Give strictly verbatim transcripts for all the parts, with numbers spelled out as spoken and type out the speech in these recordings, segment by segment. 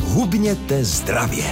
Hubněte zdravě.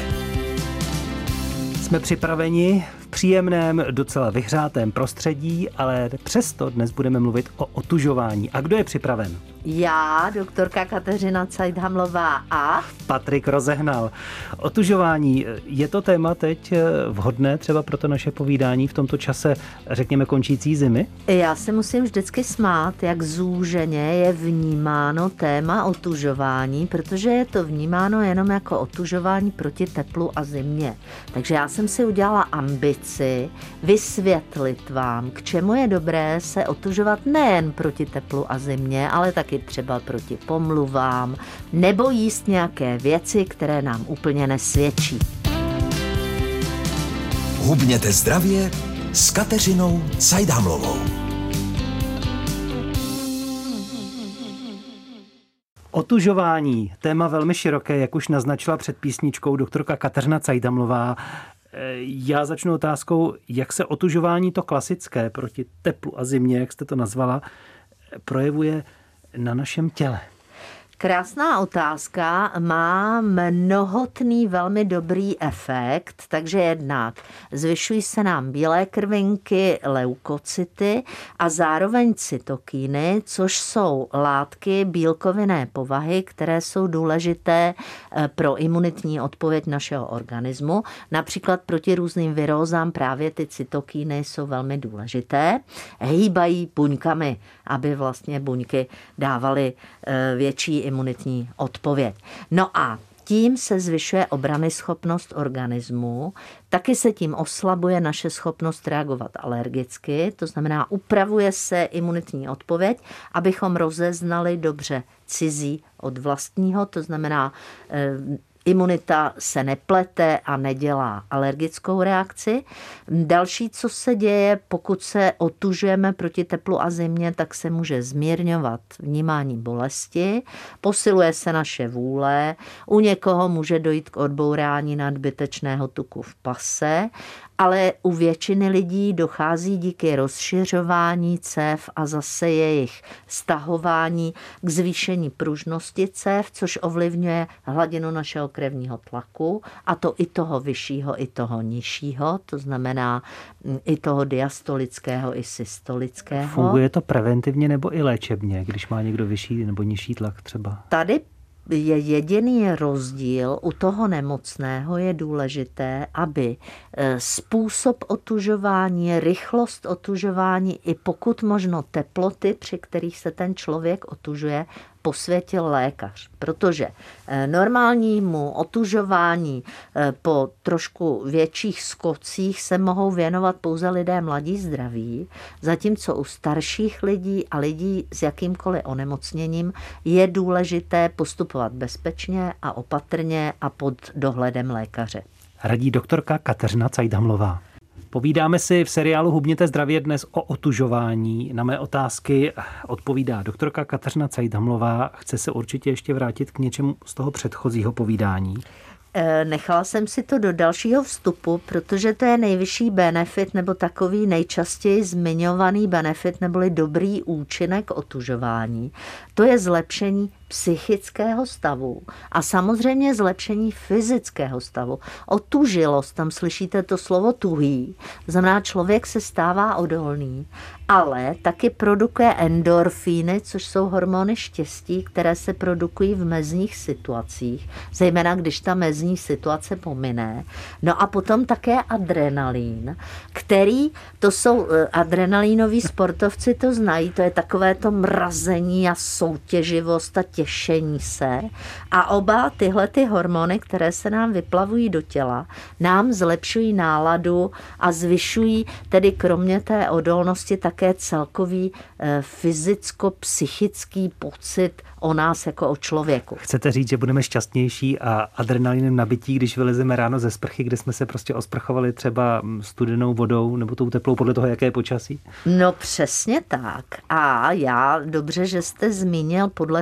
Jsme připraveni v příjemném, docela vyhřátém prostředí, ale přesto dnes budeme mluvit o otužování. A kdo je připraven? Já, doktorka Kateřina Cajdhamlová a Patrik Rozehnal. Otužování, je to téma teď vhodné třeba pro to naše povídání v tomto čase, řekněme, končící zimy? Já se musím vždycky smát, jak zúženě je vnímáno téma otužování, protože je to vnímáno jenom jako otužování proti teplu a zimě. Takže já jsem si udělala ambici vysvětlit vám, k čemu je dobré se otužovat nejen proti teplu a zimě, ale taky třeba proti pomluvám, nebo jíst nějaké věci, které nám úplně nesvědčí. Hubněte zdravě s Kateřinou Cajdhamlovou. Otužování, téma velmi široké, jak už naznačila před písničkou doktorka Kateřina Cajdhamlová. Já začnu otázkou, jak se otužování to klasické proti teplu a zimě, jak jste to nazvala, projevuje na našem těle. Krásná otázka, má mnohotný velmi dobrý efekt, takže jednak zvyšují se nám bílé krvinky, leukocyty a zároveň cytokiny, což jsou látky bílkovinné povahy, které jsou důležité pro imunitní odpověď našeho organismu. Například proti různým virózám právě ty cytokiny jsou velmi důležité. Hýbají buňkami, aby vlastně buňky dávaly větší imunitní odpověď. No a tím se zvyšuje obranyschopnost organismu, taky se tím oslabuje naše schopnost reagovat alergicky, to znamená upravuje se imunitní odpověď, abychom rozeznali dobře cizí od vlastního, to znamená imunita se neplete a nedělá alergickou reakci. Další, co se děje, pokud se otužujeme proti teplu a zimě, tak se může zmírňovat vnímání bolesti, posiluje se naše vůle, u někoho může dojít k odbourání nadbytečného tuku v pase, ale u většiny lidí dochází díky rozšiřování cév a zase jejich stahování k zvýšení pružnosti cév, což ovlivňuje hladinu našeho krevního tlaku, a to i toho vyššího, i toho nižšího, to znamená i toho diastolického, i systolického. Funguje to preventivně nebo i léčebně, když má někdo vyšší nebo nižší tlak třeba? Tady je jediný rozdíl, u toho nemocného je důležité, aby způsob otužování, rychlost otužování i pokud možno teploty, při kterých se ten člověk otužuje, posvětil lékař, protože normálnímu otužování po trošku větších skocích se mohou věnovat pouze lidé mladí zdraví, zatímco u starších lidí a lidí s jakýmkoliv onemocněním je důležité postupovat bezpečně a opatrně a pod dohledem lékaře. Radí doktorka Kateřina Cajdhamlová. Povídáme si v seriálu Hubněte zdravě dnes o otužování. Na mé otázky odpovídá doktorka Kateřina Cajdhamlová. Chce se určitě ještě vrátit k něčemu z toho předchozího povídání. Nechala jsem si to do dalšího vstupu, protože to je nejvyšší benefit nebo takový nejčastěji zmiňovaný benefit neboli dobrý účinek otužování. To je zlepšení psychického stavu a samozřejmě zlepšení fyzického stavu. Otužilost, tam slyšíte to slovo tuhý, to znamená, člověk se stává odolný, ale taky produkuje endorfíny, což jsou hormony štěstí, které se produkují v mezních situacích, zejména když ta mezní situace pomine. No a potom také adrenalin, který, to jsou adrenalinoví sportovci, to znají, to je takové to mrazení a soutěživost a těšení se. A oba tyhle ty hormony, které se nám vyplavují do těla, nám zlepšují náladu a zvyšují tedy kromě té odolnosti také celkový e, fyzicko-psychický pocit o nás jako o člověku. Chcete říct, že budeme šťastnější a adrenalinem nabití, když vylezeme ráno ze sprchy, kde jsme se prostě osprchovali třeba studenou vodou nebo tou teplou podle toho, jaké je počasí? No přesně tak. A já, dobře, že jste zmínil podle toho, jak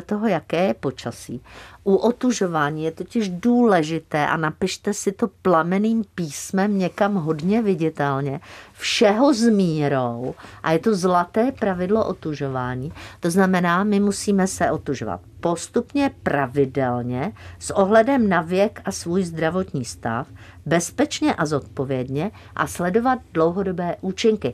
jaké je počasí. U otužování je totiž důležité, a napište si to plamenným písmem někam hodně viditelně, všeho s mírou, a je to zlaté pravidlo otužování. To znamená, my musíme se otužovat postupně, pravidelně, s ohledem na věk a svůj zdravotní stav, bezpečně a zodpovědně a sledovat dlouhodobé účinky.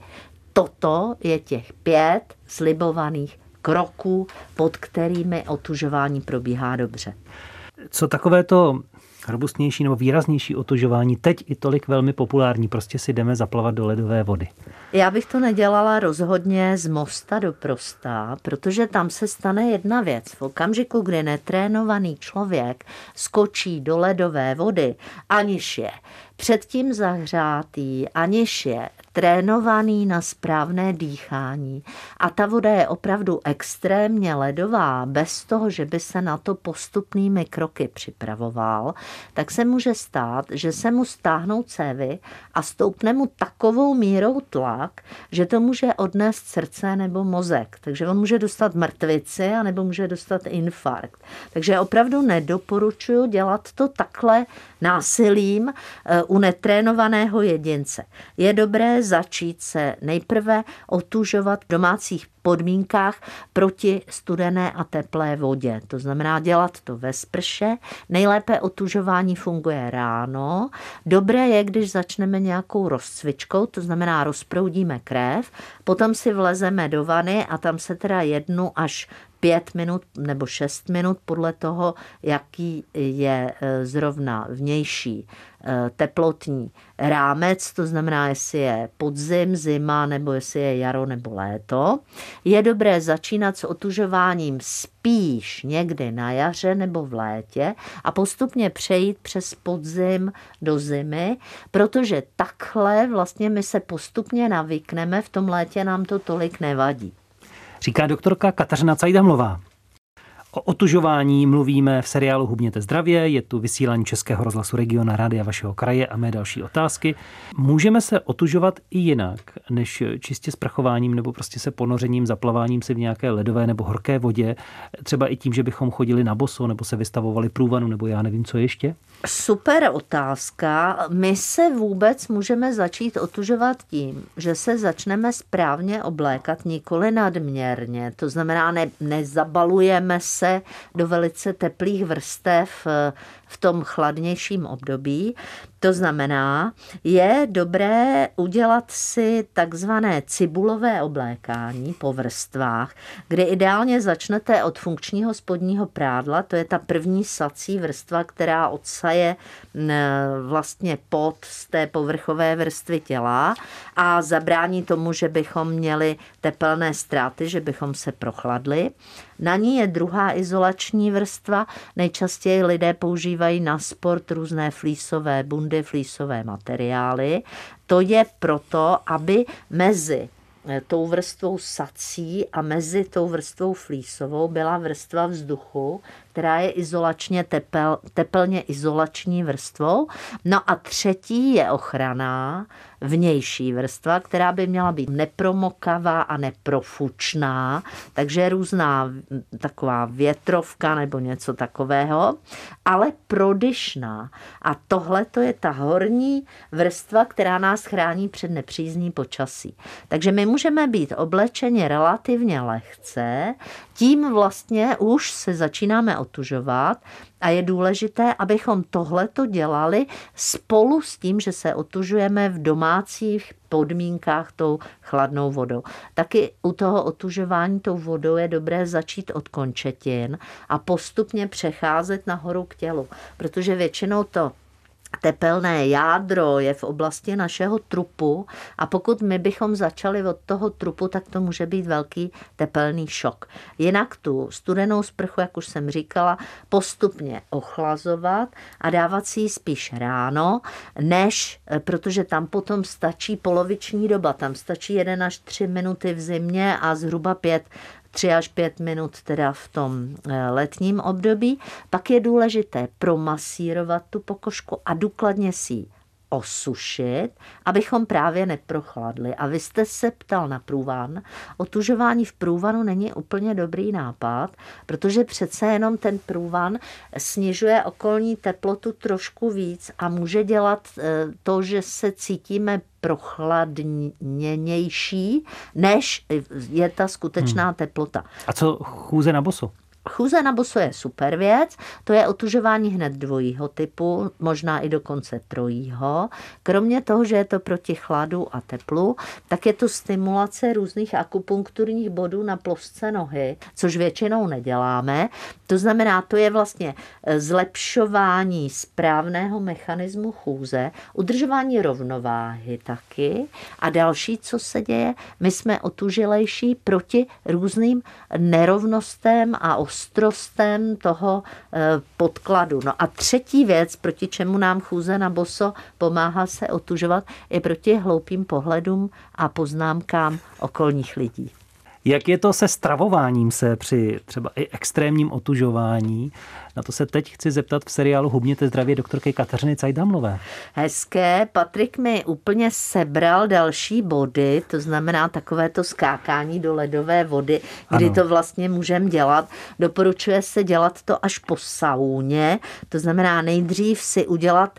Toto je těch pět slibovaných kroků, pod kterými otužování probíhá dobře. Co takové to robustnější nebo výraznější otužování, teď i tolik velmi populární, prostě si jdeme zaplavat do ledové vody? Já bych to nedělala rozhodně z mosta do prosta, protože tam se stane jedna věc. V okamžiku, kdy netrénovaný člověk skočí do ledové vody, aniž je předtím zahřátý, aniž je trénovaný na správné dýchání, a ta voda je opravdu extrémně ledová, bez toho, že by se na to postupnými kroky připravoval, tak se může stát, že se mu stáhnou cévy a stoupne mu takovou mírou tlak, že to může odnést srdce nebo mozek. Takže on může dostat mrtvici a nebo může dostat infarkt. Takže opravdu nedoporučuji dělat to takhle násilím u netrénovaného jedince. Je dobré začít se nejprve otužovat v domácích podmínkách proti studené a teplé vodě. To znamená dělat to ve sprše. Nejlépe otužování funguje ráno. Dobré je, když začneme nějakou rozcvičkou, to znamená rozproudíme krev, potom si vlezeme do vany a tam se teda jednu až pět minut nebo šest minut podle toho, jaký je zrovna vnější teplotní rámec, to znamená, jestli je podzim, zima, nebo jestli je jaro nebo léto. Je dobré začínat s otužováním spíš někdy na jaře nebo v létě a postupně přejít přes podzim do zimy, protože takhle vlastně my se postupně navykneme, v tom létě nám to tolik nevadí. Říká doktorka Kateřina Cajdamlová. O otužování mluvíme v seriálu Hubněte zdravě, je tu vysílání Českého rozhlasu Regiona Rádia vašeho kraje a mé další otázky. Můžeme se otužovat i jinak, než čistě sprchováním nebo prostě se ponořením, zaplaváním si v nějaké ledové nebo horké vodě, třeba i tím, že bychom chodili na boso nebo se vystavovali průvanu nebo já nevím, co ještě? Super otázka. My se vůbec můžeme začít otužovat tím, že se začneme správně oblékat, nikoli nadměrně. To znamená, ne, nezabalujeme se do velice teplých vrstev v tom chladnějším období. To znamená, je dobré udělat si takzvané cibulové oblékání po vrstvách, kde ideálně začnete od funkčního spodního prádla, to je ta první sací vrstva, která odsaje vlastně pot z té povrchové vrstvy těla a zabrání tomu, že bychom měli tepelné ztráty, že bychom se prochladli. Na ní je druhá izolační vrstva, nejčastěji lidé používají na sport různé flísové bundy, flísové materiály. To je proto, aby mezi tou vrstvou sací a mezi tou vrstvou flísovou byla vrstva vzduchu, která je izolačně tepel, tepelně izolační vrstvou. No a třetí je ochranná vnější vrstva, která by měla být nepromokavá a neprofučná, takže různá taková větrovka nebo něco takového, ale prodyšná. A tohle to je ta horní vrstva, která nás chrání před nepřízní počasí. Takže my můžeme být oblečeni relativně lehce, tím vlastně už se začínáme otužovat a je důležité, abychom tohleto dělali spolu s tím, že se otužujeme v domácích podmínkách tou chladnou vodou. Taky u toho otužování tou vodou je dobré začít od končetin a postupně přecházet nahoru k tělu, protože většinou to tepelné jádro je v oblasti našeho trupu a pokud my bychom začali od toho trupu, tak to může být velký tepelný šok. Jinak tu studenou sprchu, jak už jsem říkala, postupně ochlazovat a dávat si ji spíš ráno, než, protože tam potom stačí poloviční doba, tam stačí jeden až tři minuty v zimě a zhruba pět tři až pět minut teda v tom letním období. Pak je důležité promasírovat tu pokožku a důkladně si ji osušit, abychom právě neprochladli. A vy jste se ptal na průvan. Otužování v průvanu není úplně dobrý nápad, protože přece jenom ten průvan snižuje okolní teplotu trošku víc a může dělat to, že se cítíme prochladněnější, než je ta skutečná hmm. teplota. A co chůze na boso? Chůze na boso je super věc, to je otužování hned dvojího typu, možná i dokonce trojího. Kromě toho, že je to proti chladu a teplu, tak je to stimulace různých akupunkturních bodů na plošce nohy, což většinou neděláme. To znamená, to je vlastně zlepšování správného mechanismu chůze, udržování rovnováhy taky. A další, co se děje, my jsme otužilejší proti různým nerovnostem a ostrostem toho podkladu. No a třetí věc, proti čemu nám chůze na boso pomáhá se otužovat, je proti hloupým pohledům a poznámkám okolních lidí. Jak je to se stravováním se při třeba i extrémním otužování? Na to se teď chci zeptat v seriálu Hubněte zdravě doktorky Kateřiny Cajdamlové. Hezké. Patrik mi úplně sebral další body, to znamená takové to skákání do ledové vody, kdy ano. to vlastně můžeme dělat. Doporučuje se dělat to až po sauně, to znamená nejdřív si udělat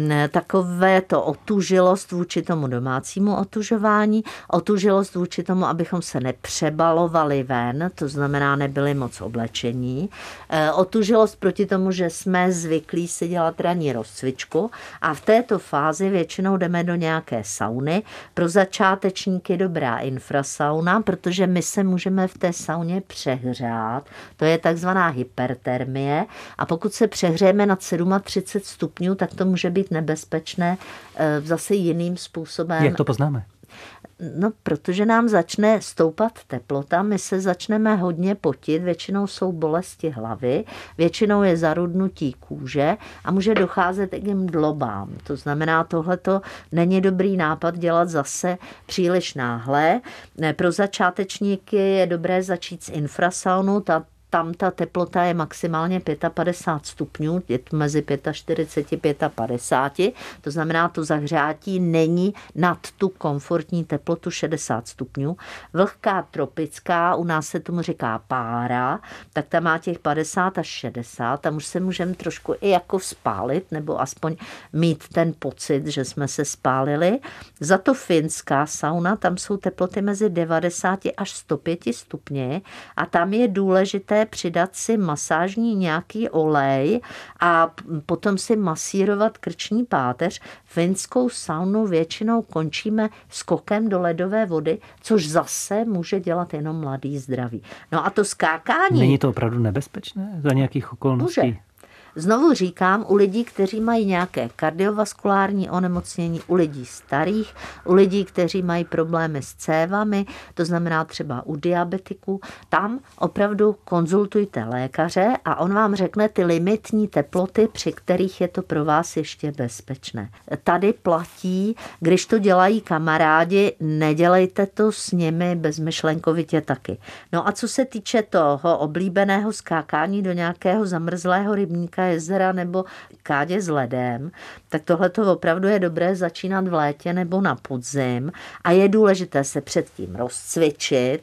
takové to otužilost vůči tomu domácímu otužování, otužilost vůči tomu, abychom se nepřebalovali ven, to znamená nebyli moc oblečení, otužilost proti tomu, že jsme zvyklí si dělat ranní rozcvičku a v této fázi většinou jdeme do nějaké sauny. Pro začátečníky dobrá infrasauna, protože my se můžeme v té sauně přehřát. To je takzvaná hypertermie a pokud se přehřejeme nad třicet sedm stupňů, tak to může být nebezpečné zase jiným způsobem. Jak to poznáme? No, protože nám začne stoupat teplota, my se začneme hodně potit, většinou jsou bolesti hlavy, většinou je zarudnutí kůže a může docházet i k mdlobám. To znamená, tohleto není dobrý nápad dělat zase příliš náhle. Pro začátečníky je dobré začít s infrasaunou, ta tam ta teplota je maximálně padesát pět stupňů, je to mezi čtyřicet pět a padesát pět, to znamená, to zahřátí není nad tu komfortní teplotu šedesát stupňů. Vlhká tropická, u nás se tomu říká pára, tak ta má těch padesát až šedesát, tam už se můžeme trošku i jako spálit, nebo aspoň mít ten pocit, že jsme se spálili. Za to finská sauna, tam jsou teploty mezi devadesát až sto pět stupně a tam je důležité přidat si masážní nějaký olej a potom si masírovat krční páteř. Finskou saunu většinou končíme skokem do ledové vody, což zase může dělat jenom mladý zdraví. No a to skákání... Není to opravdu nebezpečné za nějakých okolností? Může. Znovu říkám, u lidí, kteří mají nějaké kardiovaskulární onemocnění, u lidí starých, u lidí, kteří mají problémy s cévami, to znamená třeba u diabetiků, tam opravdu konzultujte lékaře a on vám řekne ty limitní teploty, při kterých je to pro vás ještě bezpečné. Tady platí, když to dělají kamarádi, nedělejte to s nimi bezmyšlenkovitě taky. No a co se týče toho oblíbeného skákání do nějakého zamrzlého rybníka, jezera nebo kádě s ledem, tak tohle to opravdu je dobré začínat v létě nebo na podzim a je důležité se předtím rozcvičit.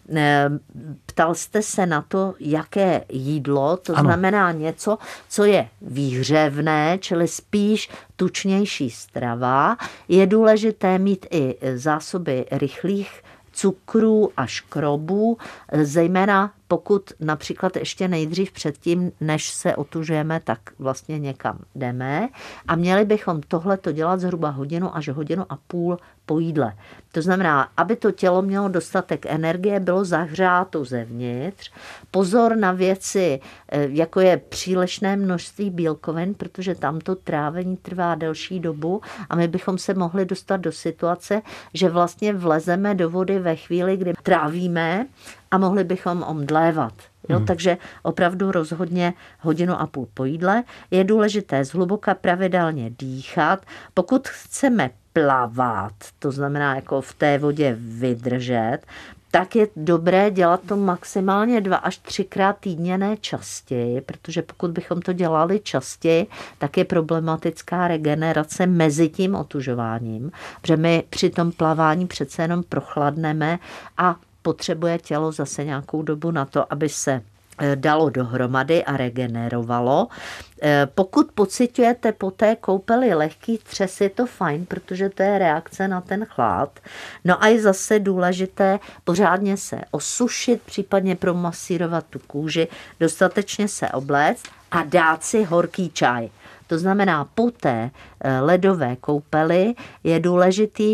Ptal jste se na to, jaké jídlo, to ano. znamená něco, co je výhřevné, čili spíš tučnější strava. Je důležité mít i zásoby rychlých cukrů a škrobů, zejména pokud například ještě nejdřív předtím, než se otužujeme, tak vlastně někam jdeme a měli bychom tohleto dělat zhruba hodinu až hodinu a půl po jídle. To znamená, aby to tělo mělo dostatek energie, bylo zahřáto zevnitř. Pozor na věci, jako je přílišné množství bílkovin, protože tam to trávení trvá delší dobu a my bychom se mohli dostat do situace, že vlastně vlezeme do vody ve chvíli, kdy trávíme a mohli bychom omdlévat. Jo, hmm. Takže opravdu rozhodně hodinu a půl po jídle. Je důležité zhluboka pravidelně dýchat. Pokud chceme plavat, to znamená jako v té vodě vydržet, tak je dobré dělat to maximálně dva až třikrát týdně, ne častěji, protože pokud bychom to dělali častěji, tak je problematická regenerace mezi tím otužováním, protože my při tom plavání přece jenom prochladneme a potřebuje tělo zase nějakou dobu na to, aby se dalo dohromady a regenerovalo. Pokud pociťujete po té koupeli lehký třes, je to fajn, protože to je reakce na ten chlad. No a je zase důležité pořádně se osušit, případně promasírovat tu kůži, dostatečně se obléct a dát si horký čaj. To znamená, po té ledové koupeli je důležitý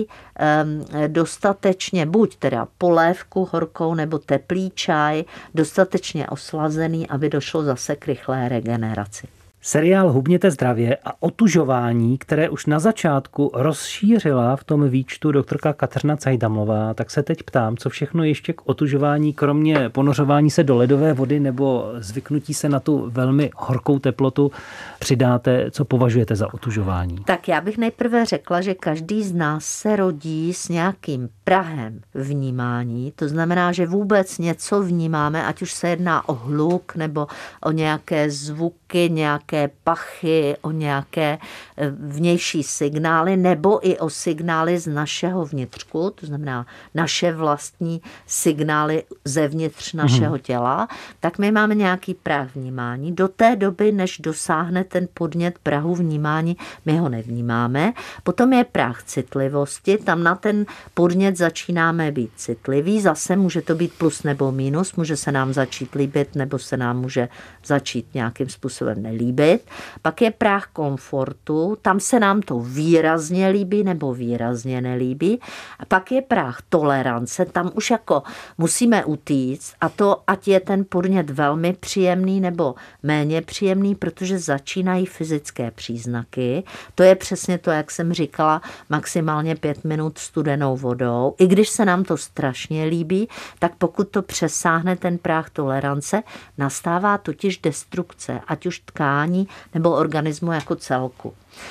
dostatečně buď teda polévku horkou nebo teplý čaj, dostatečně oslazený, aby došlo zase k rychlé regeneraci. Seriál Hubněte zdravě a otužování, které už na začátku rozšířila v tom výčtu doktorka Kateřina Cajdamlová, tak se teď ptám, co všechno ještě k otužování, kromě ponořování se do ledové vody nebo zvyknutí se na tu velmi horkou teplotu, přidáte, co považujete za otužování? Tak já bych nejprve řekla, že každý z nás se rodí s nějakým prahem vnímání, to znamená, že vůbec něco vnímáme, ať už se jedná o hluk nebo o nějaké zvuky, nějaké pachy, o nějaké vnější signály nebo i o signály z našeho vnitřku, to znamená naše vlastní signály zevnitř našeho těla, tak my máme nějaký práh vnímání. Do té doby, než dosáhne ten podnět prahu vnímání, my ho nevnímáme. Potom je práh citlivosti, tam na ten podnět začínáme být citlivý, zase může to být plus nebo minus, může se nám začít líbit nebo se nám může začít nějakým způsobem nelíbit. Pak je práh komfortu, tam se nám to výrazně líbí nebo výrazně nelíbí. A pak je práh tolerance, tam už jako musíme utíct a to, ať je ten podnět velmi příjemný nebo méně příjemný, protože začínají fyzické příznaky. To je přesně to, jak jsem říkala, maximálně pět minut studenou vodou. I když se nám to strašně líbí, tak pokud to přesáhne ten práh tolerance, nastává totiž destrukce, ať už tkání nebo organismu jako celku.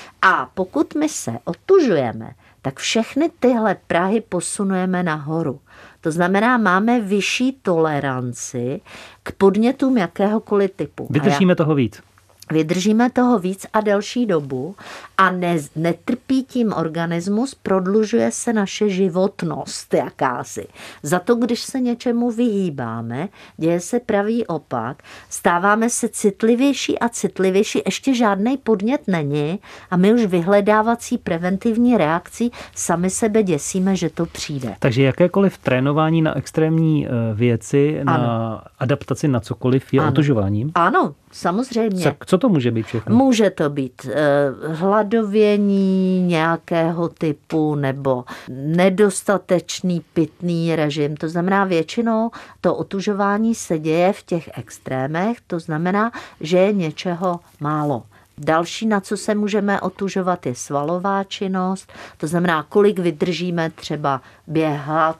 A pokud my se otužujeme, tak všechny tyhle prahy posunujeme nahoru. To znamená, máme vyšší toleranci k podnětům jakéhokoliv typu. Vydržíme toho víc. Vydržíme toho víc a delší dobu a ne, netrpí tím organismus, prodlužuje se naše životnost jakási. Za to, když se něčemu vyhýbáme, děje se pravý opak, stáváme se citlivější a citlivější, ještě žádný podnět není a my už vyhledávací preventivní reakcí sami sebe děsíme, že to přijde. Takže jakékoliv trénování na extrémní věci, ano. na adaptaci na cokoliv je ano. otužováním? Ano, samozřejmě. Tak co to může být všechno? Může to být eh, hladovění nějakého typu nebo nedostatečný pitný režim. To znamená, většinou to otužování se děje v těch extrémech, to znamená, že je něčeho málo. Další, na co se můžeme otužovat, je svalová činnost, to znamená, kolik vydržíme třeba běhat,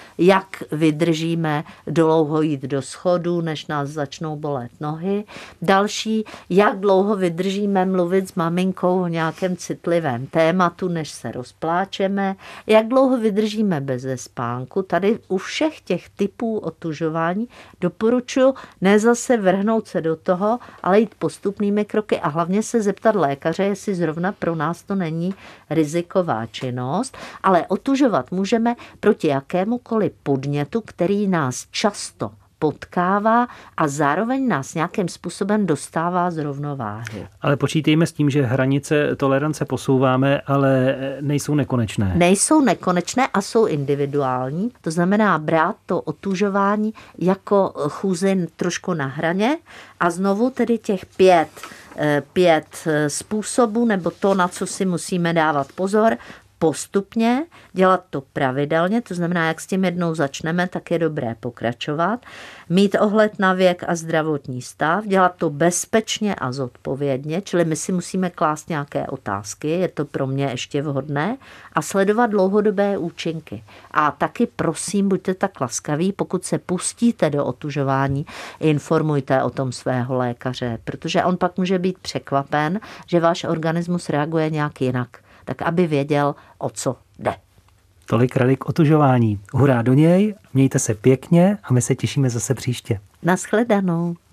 jak vydržíme dlouho jít do schodu, než nás začnou bolet nohy. Další, jak dlouho vydržíme mluvit s maminkou o nějakém citlivém tématu, než se rozpláčeme. Jak dlouho vydržíme beze spánku. Tady u všech těch typů otužování doporučuji ne zase vrhnout se do toho, ale jít postupnými kroky a hlavně se zeptat lékaře, jestli zrovna pro nás to není riziková činnost, ale otužovat můžeme proti jakémukoliv podnětu, který nás často potkává a zároveň nás nějakým způsobem dostává z rovnováhy. Ale počítejme s tím, že hranice tolerance posouváme, ale nejsou nekonečné. Nejsou nekonečné a jsou individuální. To znamená brát to otužování jako chůzi trošku na hraně a znovu tedy těch pět, pět způsobů nebo to, na co si musíme dávat pozor, postupně, dělat to pravidelně, to znamená, jak s tím jednou začneme, tak je dobré pokračovat, mít ohled na věk a zdravotní stav, dělat to bezpečně a zodpovědně, čili my si musíme klást nějaké otázky, je to pro mě ještě vhodné, a sledovat dlouhodobé účinky. A taky prosím, buďte tak laskaví, pokud se pustíte do otužování, informujte o tom svého lékaře, protože on pak může být překvapen, že váš organismus reaguje nějak jinak, tak aby věděl, o co jde. Tolik rady k otužování. Hurá do něj, mějte se pěkně a my se těšíme zase příště. Naschledanou.